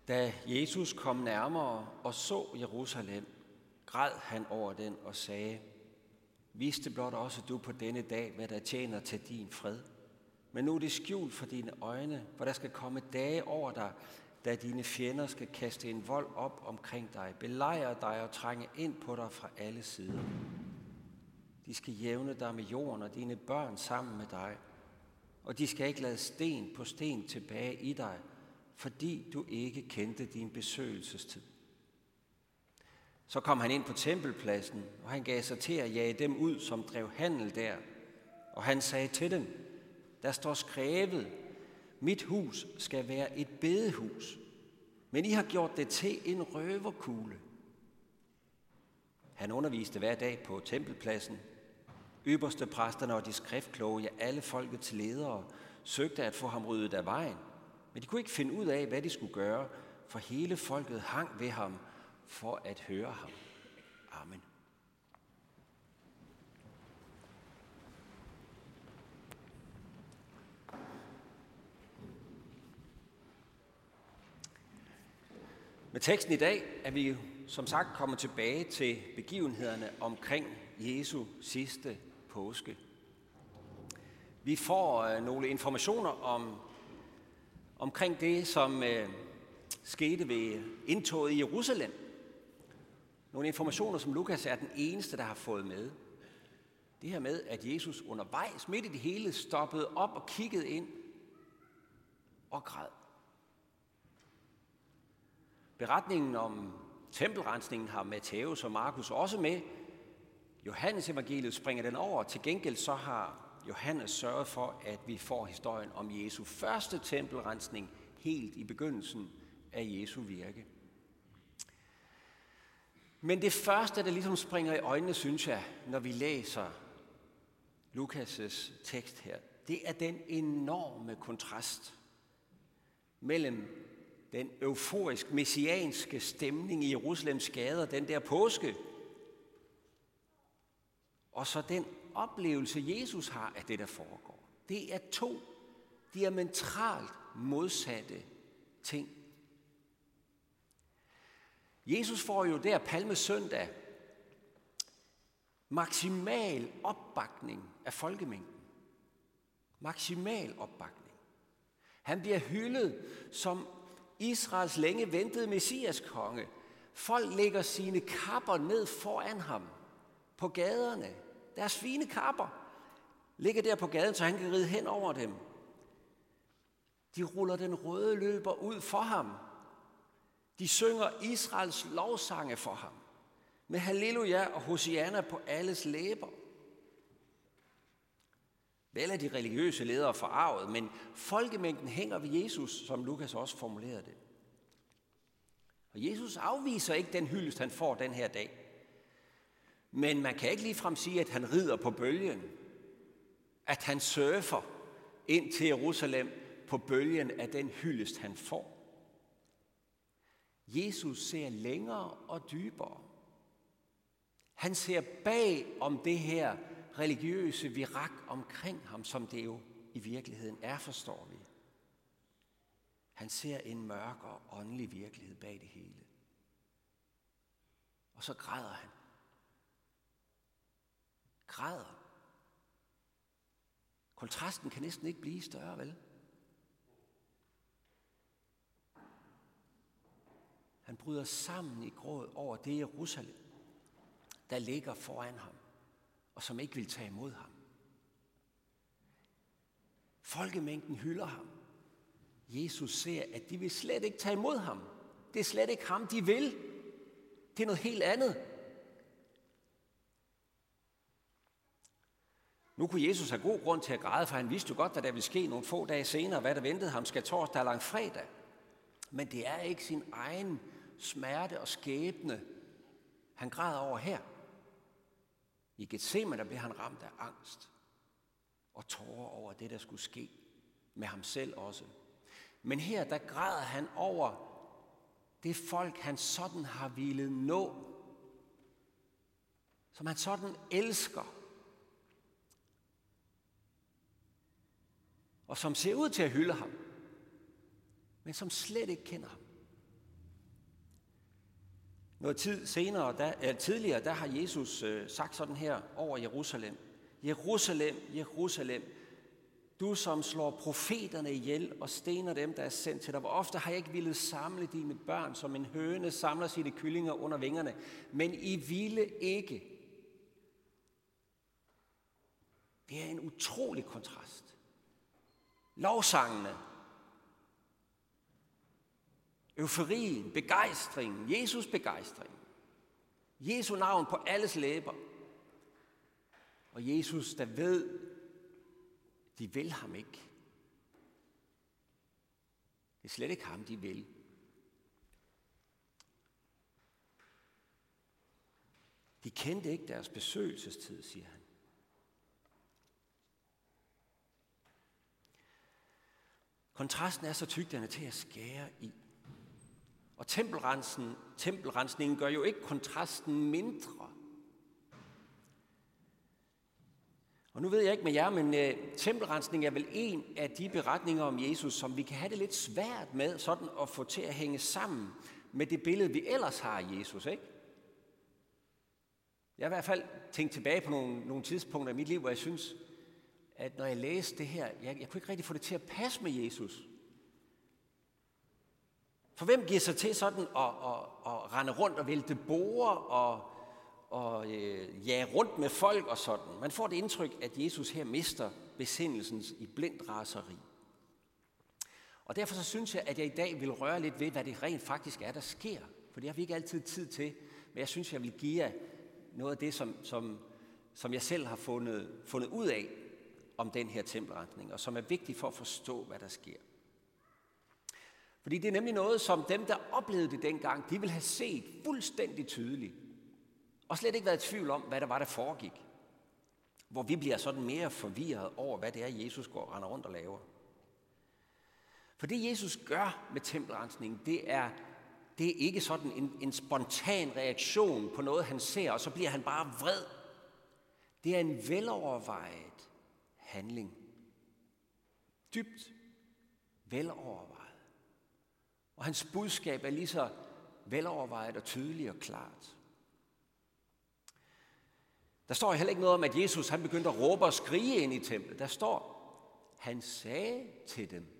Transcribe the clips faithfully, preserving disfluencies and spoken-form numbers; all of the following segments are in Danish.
Da Jesus kom nærmere og så Jerusalem, græd han over den og sagde: Vidste blot også du på denne dag, hvad der tjener til din fred. Men nu er det skjult for dine øjne, for der skal komme dage over dig, da dine fjender skal kaste en vold op omkring dig, belejre dig og trænge ind på dig fra alle sider. De skal jævne dig med jorden og dine børn sammen med dig, og de skal ikke lade sten på sten tilbage i dig, fordi du ikke kendte din besøgelsestid. Så kom han ind på tempelpladsen, og han gav sig til at jage dem ud, som drev handel der. Og han sagde til dem: Der står skrevet, mit hus skal være et bedehus, men I har gjort det til en røverkugle. Han underviste hver dag på tempelpladsen. Ypperste præsterne og de skriftkloge, ja alle folkets ledere, søgte at få ham ryddet af vejen. Men de kunne ikke finde ud af, hvad de skulle gøre, for hele folket hang ved ham for at høre ham. Amen. Med teksten i dag er vi som sagt kommet tilbage til begivenhederne omkring Jesu sidste påske. Vi får nogle informationer om omkring det, som øh, skete ved indtoget i Jerusalem. Nogle informationer, som Lukas er den eneste, der har fået med. Det her med, at Jesus undervejs midt i det hele stoppede op og kiggede ind og græd. Beretningen om tempelrensningen har Matthæus og Markus også med. Johannes evangeliet springer den over. Til gengæld så har Johannes sørget for, at vi får historien om Jesu første tempelrensning helt i begyndelsen af Jesu virke. Men det første, der ligesom springer i øjnene, synes jeg, når vi læser Lukas' tekst her, det er den enorme kontrast mellem den euforisk messianske stemning i Jerusalems gader, den der påske, og så den oplevelse, Jesus har af det, der foregår. Det er to diametralt modsatte ting. Jesus får jo der palmesøndag maksimal opbakning af folkemængden. Maksimal opbakning. Han bliver hyldet som Israels længe ventede messiaskonge. Folk lægger sine kapper ned foran ham på gaderne. Deres fine kapper ligger der på gaden, så han kan ride hen over dem. De ruller den røde løber ud for ham. De synger Israels lovsange for ham. Med halleluja og hosianna på alles læber. Vel er de religiøse ledere forarvet, men folkemængden hænger ved Jesus, som Lukas også formulerede det. Og Jesus afviser ikke den hyldest, han får den her dag. Men man kan ikke ligefrem sige, at han rider på bølgen. At han surfer ind til Jerusalem på bølgen af den hyldest, han får. Jesus ser længere og dybere. Han ser bag om det her religiøse virak omkring ham, som det jo i virkeligheden er, forstår vi. Han ser en mørkere åndelig virkelighed bag det hele. Og så græder han. Græder. Kontrasten kan næsten ikke blive større, vel? Han bryder sammen i gråd over det Jerusalem, der ligger foran ham, og som ikke vil tage imod ham. Folkemængden hylder ham. Jesus ser, at de vil slet ikke tage imod ham. Det er slet ikke ham, de vil. Det er noget helt andet. Nu kunne Jesus have god grund til at græde, for han vidste jo godt, hvad der ville ske nogle få dage senere, hvad der ventede ham skal torsdag og langfredag. Men det er ikke sin egen smerte og skæbne, han græder over her. I Getsemane, der blev han ramt af angst og tårer over det, der skulle ske med ham selv også. Men her, der græder han over det folk, han sådan har ville nå, som han sådan elsker, og som ser ud til at hylde ham, men som slet ikke kender ham. Noget tid senere, der, eller tidligere, der har Jesus øh, sagt sådan her over Jerusalem. Jerusalem, Jerusalem, du som slår profeterne ihjel og stener dem, der er sendt til dig. Hvor ofte har jeg ikke ville samle dine børn, som en høne samler sine kyllinger under vingerne, men I ville ikke. Det er en utrolig kontrast. Lovsangene, euforien, begejstringen, Jesus begejstring, Jesu navn på alles læber, og Jesus, der ved, de vil ham ikke. Det er slet ikke ham, de vil. De kendte ikke deres besøgelsestid, siger han. Kontrasten er så tyk, den er til at skære i. Og tempelrensen, tempelrensningen gør jo ikke kontrasten mindre. Og nu ved jeg ikke med jer, men uh, tempelrensning er vel en af de beretninger om Jesus, som vi kan have det lidt svært med sådan at få til at hænge sammen med det billede, vi ellers har af Jesus, ikke? Jeg har i hvert fald tænkt tilbage på nogle, nogle tidspunkter i mit liv, hvor jeg synes, at når jeg læste det her, jeg, jeg kunne ikke rigtig få det til at passe med Jesus. For hvem giver sig til sådan at, at, at rende rundt og vælte borde og, og øh, jage rundt med folk og sådan? Man får det indtryk, at Jesus her mister besindelsen i blind raseri. Og derfor så synes jeg, at jeg i dag vil røre lidt ved, hvad det rent faktisk er, der sker. For det har vi ikke altid tid til, men jeg synes, jeg vil give jer noget af det, som, som, som jeg selv har fundet, fundet ud af om den her tempelrensning, og som er vigtigt for at forstå, hvad der sker. Fordi det er nemlig noget, som dem, der oplevede det dengang, de ville have set fuldstændig tydeligt, og slet ikke været i tvivl om, hvad der var, der foregik. Hvor vi bliver sådan mere forvirret over, hvad det er, Jesus går og render rundt og laver. For det, Jesus gør med tempelrensningen, det er, det er ikke sådan en, en spontan reaktion på noget, han ser, og så bliver han bare vred. Det er en velovervejet handling. Dybt velovervejet. Og hans budskab er lige så velovervejet og tydeligt og klart. Der står heller ikke noget om, at Jesus han begyndte at råbe og skrige ind i templet. Der står, han sagde til dem.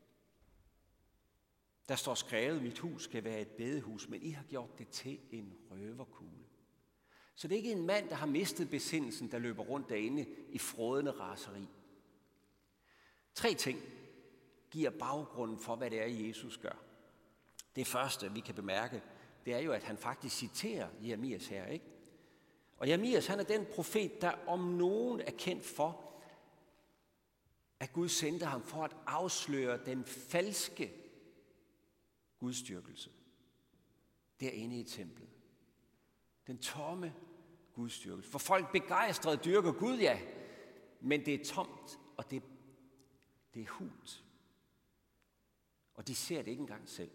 Der står skrevet, mit hus skal være et bedehus, men I har gjort det til en røverkugle. Så det er ikke en mand, der har mistet besindelsen, der løber rundt derinde i frådende raseri. Tre ting giver baggrunden for, hvad det er, Jesus gør. Det første, vi kan bemærke, det er jo, at han faktisk citerer Jeremias her, ikke? Og Jeremias, han er den profet, der om nogen er kendt for, at Gud sendte ham for at afsløre den falske gudstyrkelse derinde i templet. Den tomme gudstyrkelse. For folk begejstrede dyrker Gud, ja, men det er tomt, og det, det er hult. Og de ser det ikke engang selv.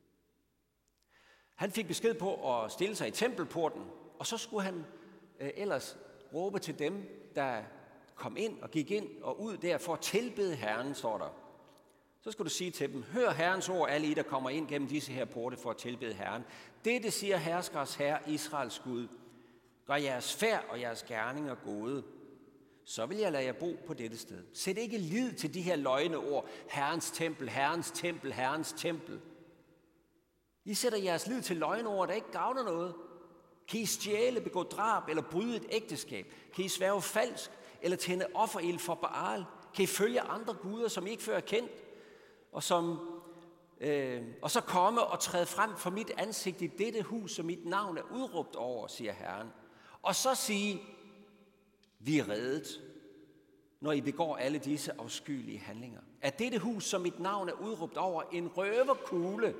Han fik besked på at stille sig i tempelporten, og så skulle han øh, ellers råbe til dem, der kom ind og gik ind og ud der for at tilbede Herren, står der. Så skulle du sige til dem, hør Herrens ord, alle I, der kommer ind gennem disse her porte for at tilbede Herren. Dette siger herskers Herre, Israels Gud. Gør jeres færd og jeres gerninger gode, så vil jeg lade jer bo på dette sted. Sæt ikke lid til de her løgneord, Herrens tempel, Herrens tempel, Herrens tempel. I sætter jeres lid til løgneord, der ikke gavner noget. Kan I stjæle, begå drab eller bryde et ægteskab? Kan I sværge falsk eller tænde offerild for Baal? Kan I følge andre guder, som I ikke før er kendt? Og, som, øh, og så komme og træde frem for mit ansigt i dette hus, som mit navn er udråbt over, siger Herren. Og så sige, vi er reddet, når I begår alle disse afskyelige handlinger. Er dette hus, som mit navn er udråbt over, en røverkugle?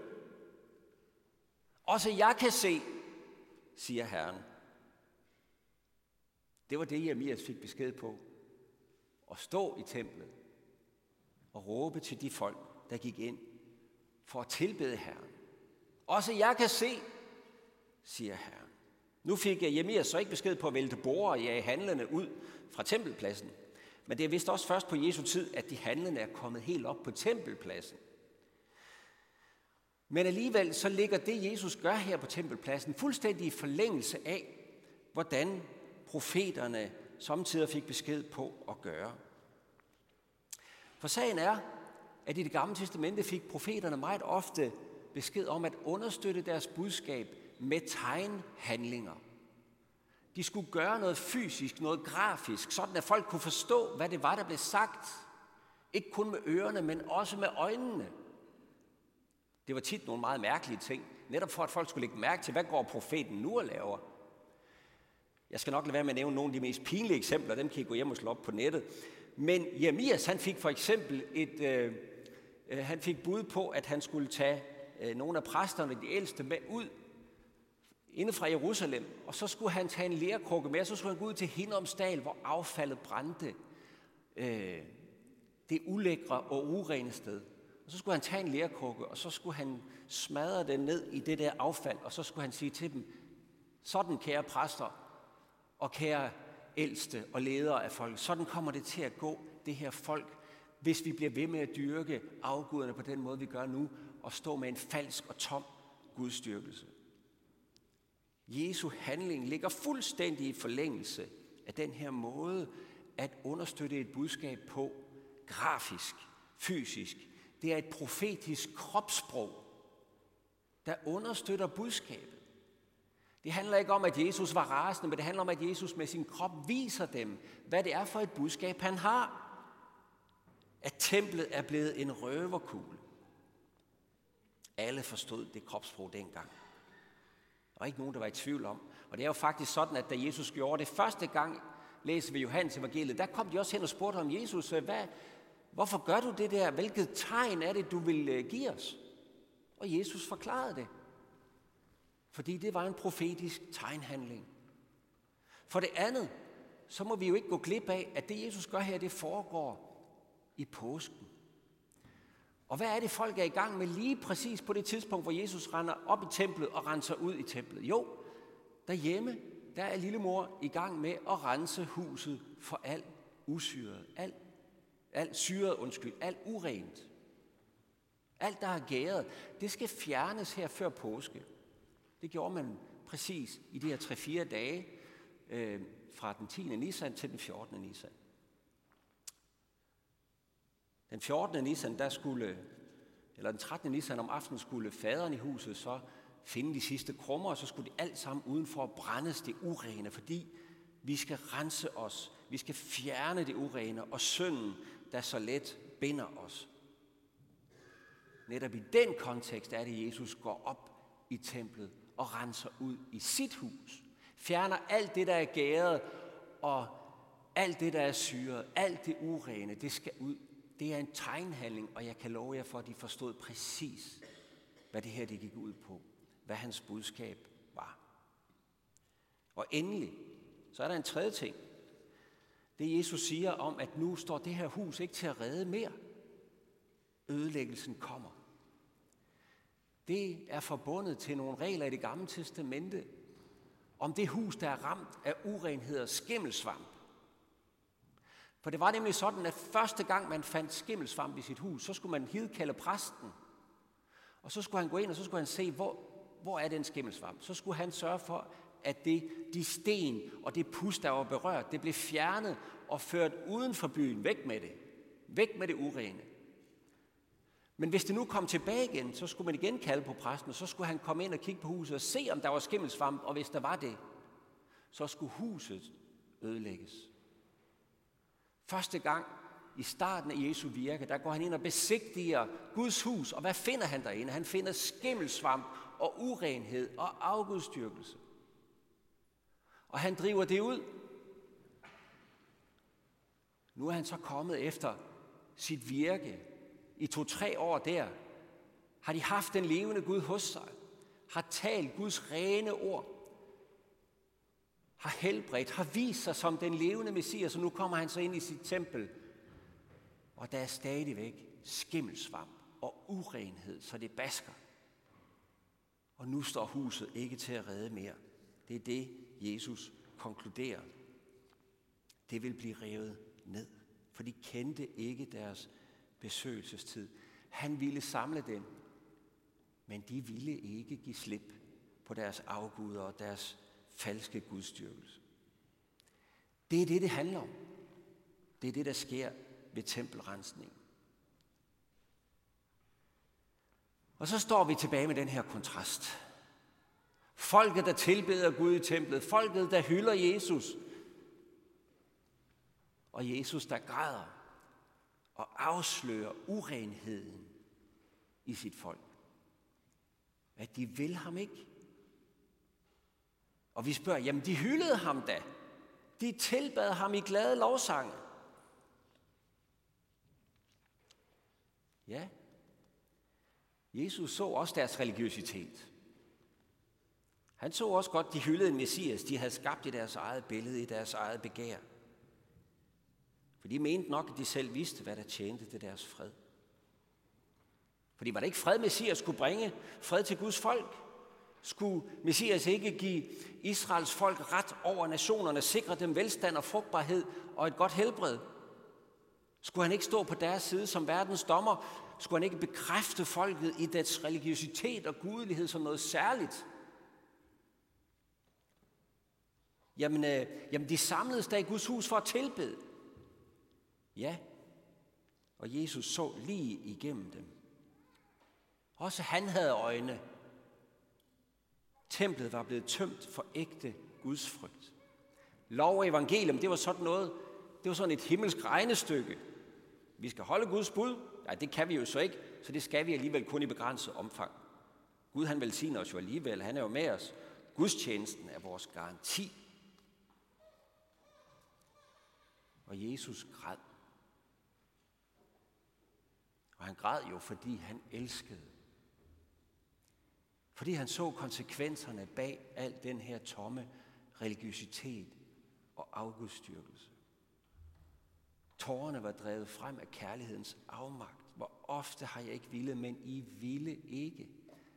Også jeg kan se, siger Herren. Det var det, Jeremias fik besked på. At stå i templet og råbe til de folk, der gik ind for at tilbede Herren. Også jeg kan se, siger Herren. Nu fik Jeremias så ikke besked på at vælte borde og jage handlende ud fra tempelpladsen. Men det er vist også først på Jesu tid, at de handlende er kommet helt op på tempelpladsen. Men alligevel så ligger det, Jesus gør her på tempelpladsen, fuldstændig i forlængelse af, hvordan profeterne samtidig fik besked på at gøre. For sagen er, at i Det Gamle Testamente fik profeterne meget ofte besked om at understøtte deres budskab med tegnhandlinger. De skulle gøre noget fysisk, noget grafisk, sådan at folk kunne forstå, hvad det var, der blev sagt. Ikke kun med ørerne, men også med øjnene. Det var tit nogle meget mærkelige ting, netop for at folk skulle lægge mærke til, hvad går profeten nu og laver. Jeg skal nok lade være med at nævne nogle af de mest pinlige eksempler, dem kan I gå hjem og slå op på nettet. Men Jeremias, han fik for eksempel et, øh, øh, han fik bud på, at han skulle tage øh, nogle af præsterne, de ældste, med ud inde fra Jerusalem, og så skulle han tage en lerkrukke med, og så skulle han gå ud til Hinnomsdal, hvor affaldet brændte, øh, det ulækre og urene sted. Og så skulle han tage en lerkrukke, og så skulle han smadre den ned i det der affald, og så skulle han sige til dem, sådan kære præster og kære ældste og ledere af folk, sådan kommer det til at gå, det her folk, hvis vi bliver ved med at dyrke afguderne på den måde, vi gør nu, og stå med en falsk og tom gudstyrkelse. Jesu handling ligger fuldstændig i forlængelse af den her måde at understøtte et budskab på, grafisk, fysisk. Det er et profetisk kropssprog, der understøtter budskabet. Det handler ikke om, at Jesus var rasende, men det handler om, at Jesus med sin krop viser dem, hvad det er for et budskab, han har. At templet er blevet en røverkugle. Alle forstod det kropssprog dengang. Der var ikke nogen, der var i tvivl om. Og det er jo faktisk sådan, at da Jesus gjorde det første gang, læser vi Johannes evangeliet, der kom de også hen og spurgte om Jesus, hvad, hvorfor gør du det der? Hvilket tegn er det, du vil give os? Og Jesus forklarede det. Fordi det var en profetisk tegnhandling. For det andet, så må vi jo ikke gå glip af, at det Jesus gør her, det foregår i påsken. Og hvad er det, folk er i gang med lige præcis på det tidspunkt, hvor Jesus render op i templet og renser ud i templet? Jo, derhjemme, der er lillemor i gang med at rense huset for alt usyret, alt, alt syret, undskyld, alt urent. Alt, der er gæret, det skal fjernes her før påske. Det gjorde man præcis i de her tre-fire dage, øh, fra den tiende Nisan til den fjortende Nisan. Den fjortende Nisan, der skulle, eller den trettende Nisan om aftenen, skulle faderen i huset så finde de sidste krummer, og så skulle de alt sammen udenfor brændes det urene, fordi vi skal rense os, vi skal fjerne det urene og synden, der så let binder os. Netop i den kontekst er det, Jesus går op i templet og renser ud i sit hus. Fjerner alt det, der er gæret, og alt det, der er syret, alt det urene, det skal ud. Det er en tegnhandling, og jeg kan love jer for, at de forstod præcis, hvad det her det gik ud på. Hvad hans budskab var. Og endelig, så er der en tredje ting. Det Jesus siger om, at nu står det her hus ikke til at redde mere. Ødelæggelsen kommer. Det er forbundet til nogle regler i Det Gamle Testamente om det hus, der er ramt af urenhed og skimmelsvamp. For det var nemlig sådan, at første gang man fandt skimmelsvamp i sit hus, så skulle man hidkalde præsten. Og så skulle han gå ind, og så skulle han se, hvor, hvor er den skimmelsvamp. Så skulle han sørge for, at det, de sten og det pus, der var berørt, det blev fjernet og ført uden for byen. Væk med det. Væk med det urene. Men hvis det nu kom tilbage igen, så skulle man igen kalde på præsten, og så skulle han komme ind og kigge på huset og se, om der var skimmelsvamp, og hvis der var det, så skulle huset ødelægges. Første gang i starten af Jesu virke, der går han ind og besigtiger Guds hus, og hvad finder han derinde? Han finder skimmelsvamp og urenhed og afgudstyrkelse. Og han driver det ud. Nu er han så kommet efter sit virke. I to-tre år der har de haft den levende Gud hos sig, har talt Guds rene ord, har helbredt, har vist sig som den levende Messias, og nu kommer han så ind i sit tempel, og der er stadigvæk skimmelsvamp og urenhed, så det basker. Og nu står huset ikke til at redde mere. Det er det, Jesus konkluderer. Det vil blive revet ned, for de kendte ikke deres besøgelsestid. Han ville samle dem Men de ville ikke give slip på deres afguder og deres falske gudstyrkelse. Det er det, det handler om. Det er det, der sker ved tempelrensningen. Og så står vi tilbage med den her kontrast. Folket, der tilbeder Gud i templet. Folket, der hylder Jesus. Og Jesus, der græder og afslører urenheden i sit folk. At de vil ham ikke. Og vi spørger, jamen de hyldede ham da. De tilbad ham i glade lovsange. Ja, Jesus så også deres religiøsitet. Han så også godt, de hyldede en messias, de havde skabt i deres eget billede, i deres eget begær. For de mente nok, at de selv vidste, hvad der tjente til deres fred. Fordi var det ikke fred, messias skulle bringe? Fred til Guds folk? Skulle messias ikke give Israels folk ret over nationerne, sikre dem velstand og frugtbarhed og et godt helbred? Skulle han ikke stå på deres side som verdens dommer? Skulle han ikke bekræfte folket i dets religiøsitet og gudelighed som noget særligt? Jamen, øh, jamen de samledes der i Guds hus for at tilbede. Ja, og Jesus så lige igennem dem. Også han havde øjne. Templet var blevet tømt for ægte gudsfrygt. Lov og evangelium, det var sådan noget, det var sådan et himmelsk regnestykke. Vi skal holde Guds bud. Nej, det kan vi jo så ikke, så det skal vi alligevel kun i begrænset omfang. Gud, han velsigner os jo alligevel, han er jo med os. Gudstjenesten er vores garanti. Og Jesus græd. Og han græd jo, fordi han elskede. Fordi han så konsekvenserne bag al den her tomme religiøsitet og afgudstyrkelse. Tårerne var drevet frem af kærlighedens afmagt. Hvor ofte har jeg ikke ville, men I ville ikke.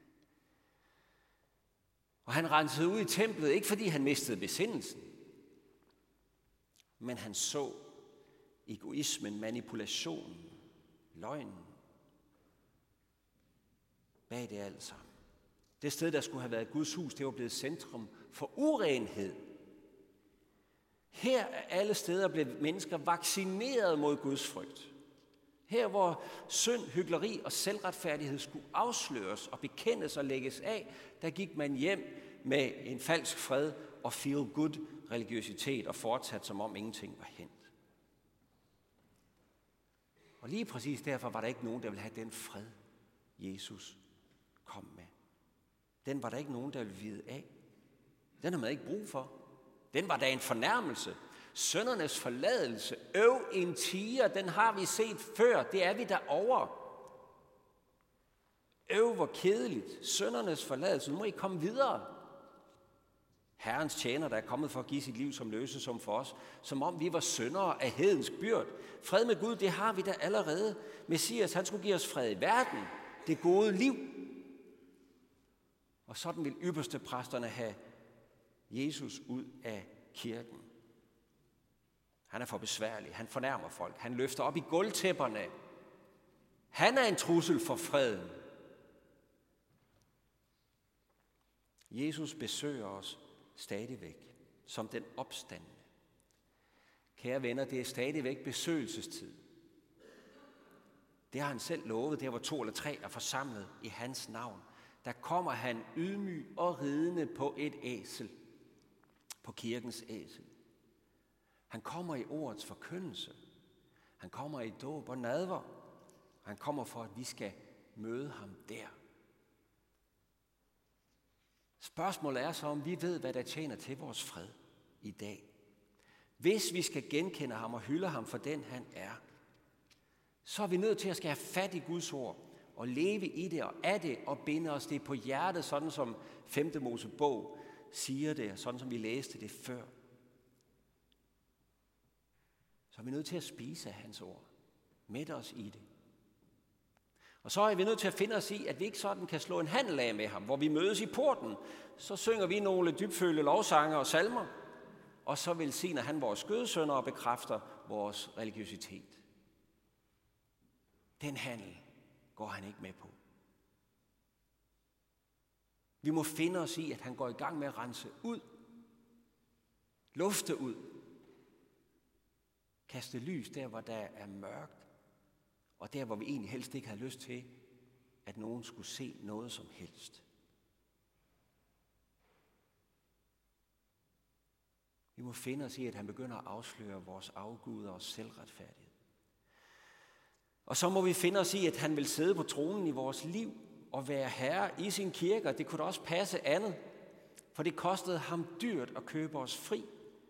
Og han rensede ud i templet, ikke fordi han mistede besindelsen, men han så egoismen, manipulationen, løgnen bag det alt sammen. Det sted, der skulle have været Guds hus, det var blevet centrum for urenhed. Her er alle steder blevet mennesker vaccineret mod Guds frygt. Her, hvor synd, hykleri og selvretfærdighed skulle afsløres og bekendes og lægges af, der gik man hjem med en falsk fred og feel-good religiøsitet og fortsat som om ingenting var hent. Og lige præcis derfor var der ikke nogen, der ville have den fred, Jesus kom med. Den var der ikke nogen, der ville vide af. Den har man ikke brug for. Den var da en fornærmelse. Søndernes forladelse, øv en tiger, den har vi set før. Det er vi derovre. Øv, hvor kedeligt. Søndernes forladelse, nu må I komme videre. Herrens tjener, der er kommet for at give sit liv som løsesum for os, som om vi var syndere af hedensk byrd. Fred med Gud, det har vi da allerede. Messias, han skulle give os fred i verden, det gode liv. Og sådan vil ypperste præsterne have Jesus ud af kirken. Han er for besværlig, han fornærmer folk, han løfter op i gulvtæpperne. Han er en trussel for freden. Jesus besøger os stadigvæk som den opstandne. Kære venner, det er stadigvæk besøgelsestid. Det har han selv lovet, der hvor to eller tre er forsamlet i hans navn. Der kommer han ydmyg og ridende på et æsel, på kirkens æsel. Han kommer i ordets forkyndelse. Han kommer i dåb og nadver. Han kommer for, at vi skal møde ham der. Spørgsmålet er så, om vi ved, hvad der tjener til vores fred i dag. Hvis vi skal genkende ham og hylde ham for den, han er, så er vi nødt til at skal have fat i Guds ord og leve i det og af det og binde os det på hjertet, sådan som femte Mosebog siger det, og sådan som vi læste det før. Så er vi nødt til at spise af hans ord. Mætte os i det. Og så er vi nødt til at finde os i, at vi ikke sådan kan slå en handel af med ham, hvor vi mødes i porten. Så synger vi nogle dybfølte lovsange og salmer, og så velsigner han vores skødesønner og bekræfter vores religiøsitet. Den handel går han ikke med på. Vi må finde os i, at han går i gang med at rense ud, lufte ud, kaste lys der, hvor der er mørkt, og der, hvor vi egentlig helst ikke har lyst til, at nogen skulle se noget som helst. Vi må finde os i, at han begynder at afsløre vores afguder og selvretfærdighed. Og så må vi finde os i, at han vil sidde på tronen i vores liv og være herre i sin kirke, og det kunne da også passe andet, for det kostede ham dyrt at købe os fri.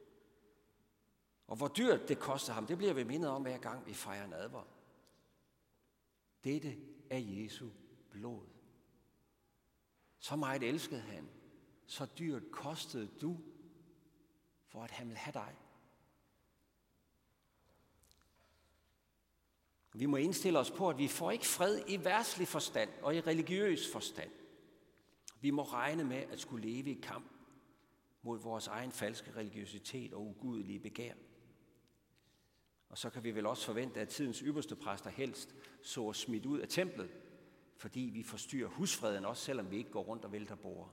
Og hvor dyrt det kostede ham, det bliver vi mindet om hver gang vi fejrer nadver. Dette er Jesu blod. Så meget elskede han, så dyrt kostede du, for at han vil have dig. Vi må indstille os på, at vi får ikke fred i verdslig forstand og i religiøs forstand. Vi må regne med at skulle leve i kamp mod vores egen falske religiøsitet og ugudelige begær. Og så kan vi vel også forvente, at tidens ypperste præster helst så smidt ud af templet, fordi vi forstyrrer husfreden, også selvom vi ikke går rundt og vælter borde.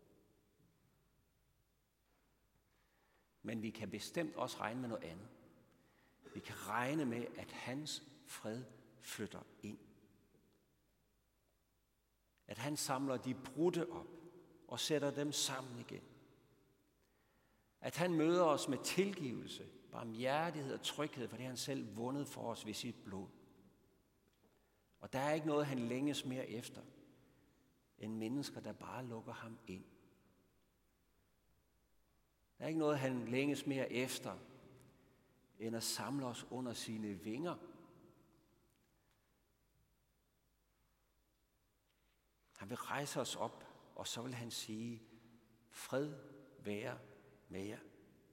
Men vi kan bestemt også regne med noget andet. Vi kan regne med, at hans fred flytter ind. At han samler de brudte op og sætter dem sammen igen. At han møder os med tilgivelse, barmhjertighed og tryghed, for det har han selv vundet for os ved sit blod. Og der er ikke noget, han længes mere efter, end mennesker, der bare lukker ham ind. Der er ikke noget, han længes mere efter, end at samle os under sine vinger. Han vil rejse os op, og så vil han sige, fred være med jer.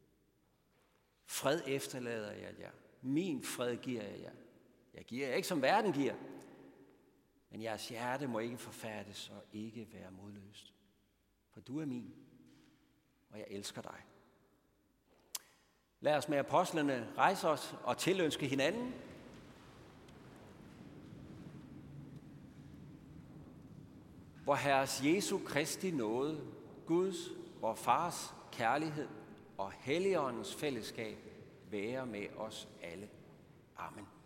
Fred efterlader jeg jer. Min fred giver jeg jer. Jeg giver jer ikke, som verden giver. Men jeres hjerte må ikke forfærdes og ikke være modløst. For du er min, og jeg elsker dig. Lad os med apostlene rejse os og tilønske hinanden. Vor Herres Jesu Kristi nåde, Guds og Fars kærlighed og Helligåndens fællesskab være med os alle. Amen.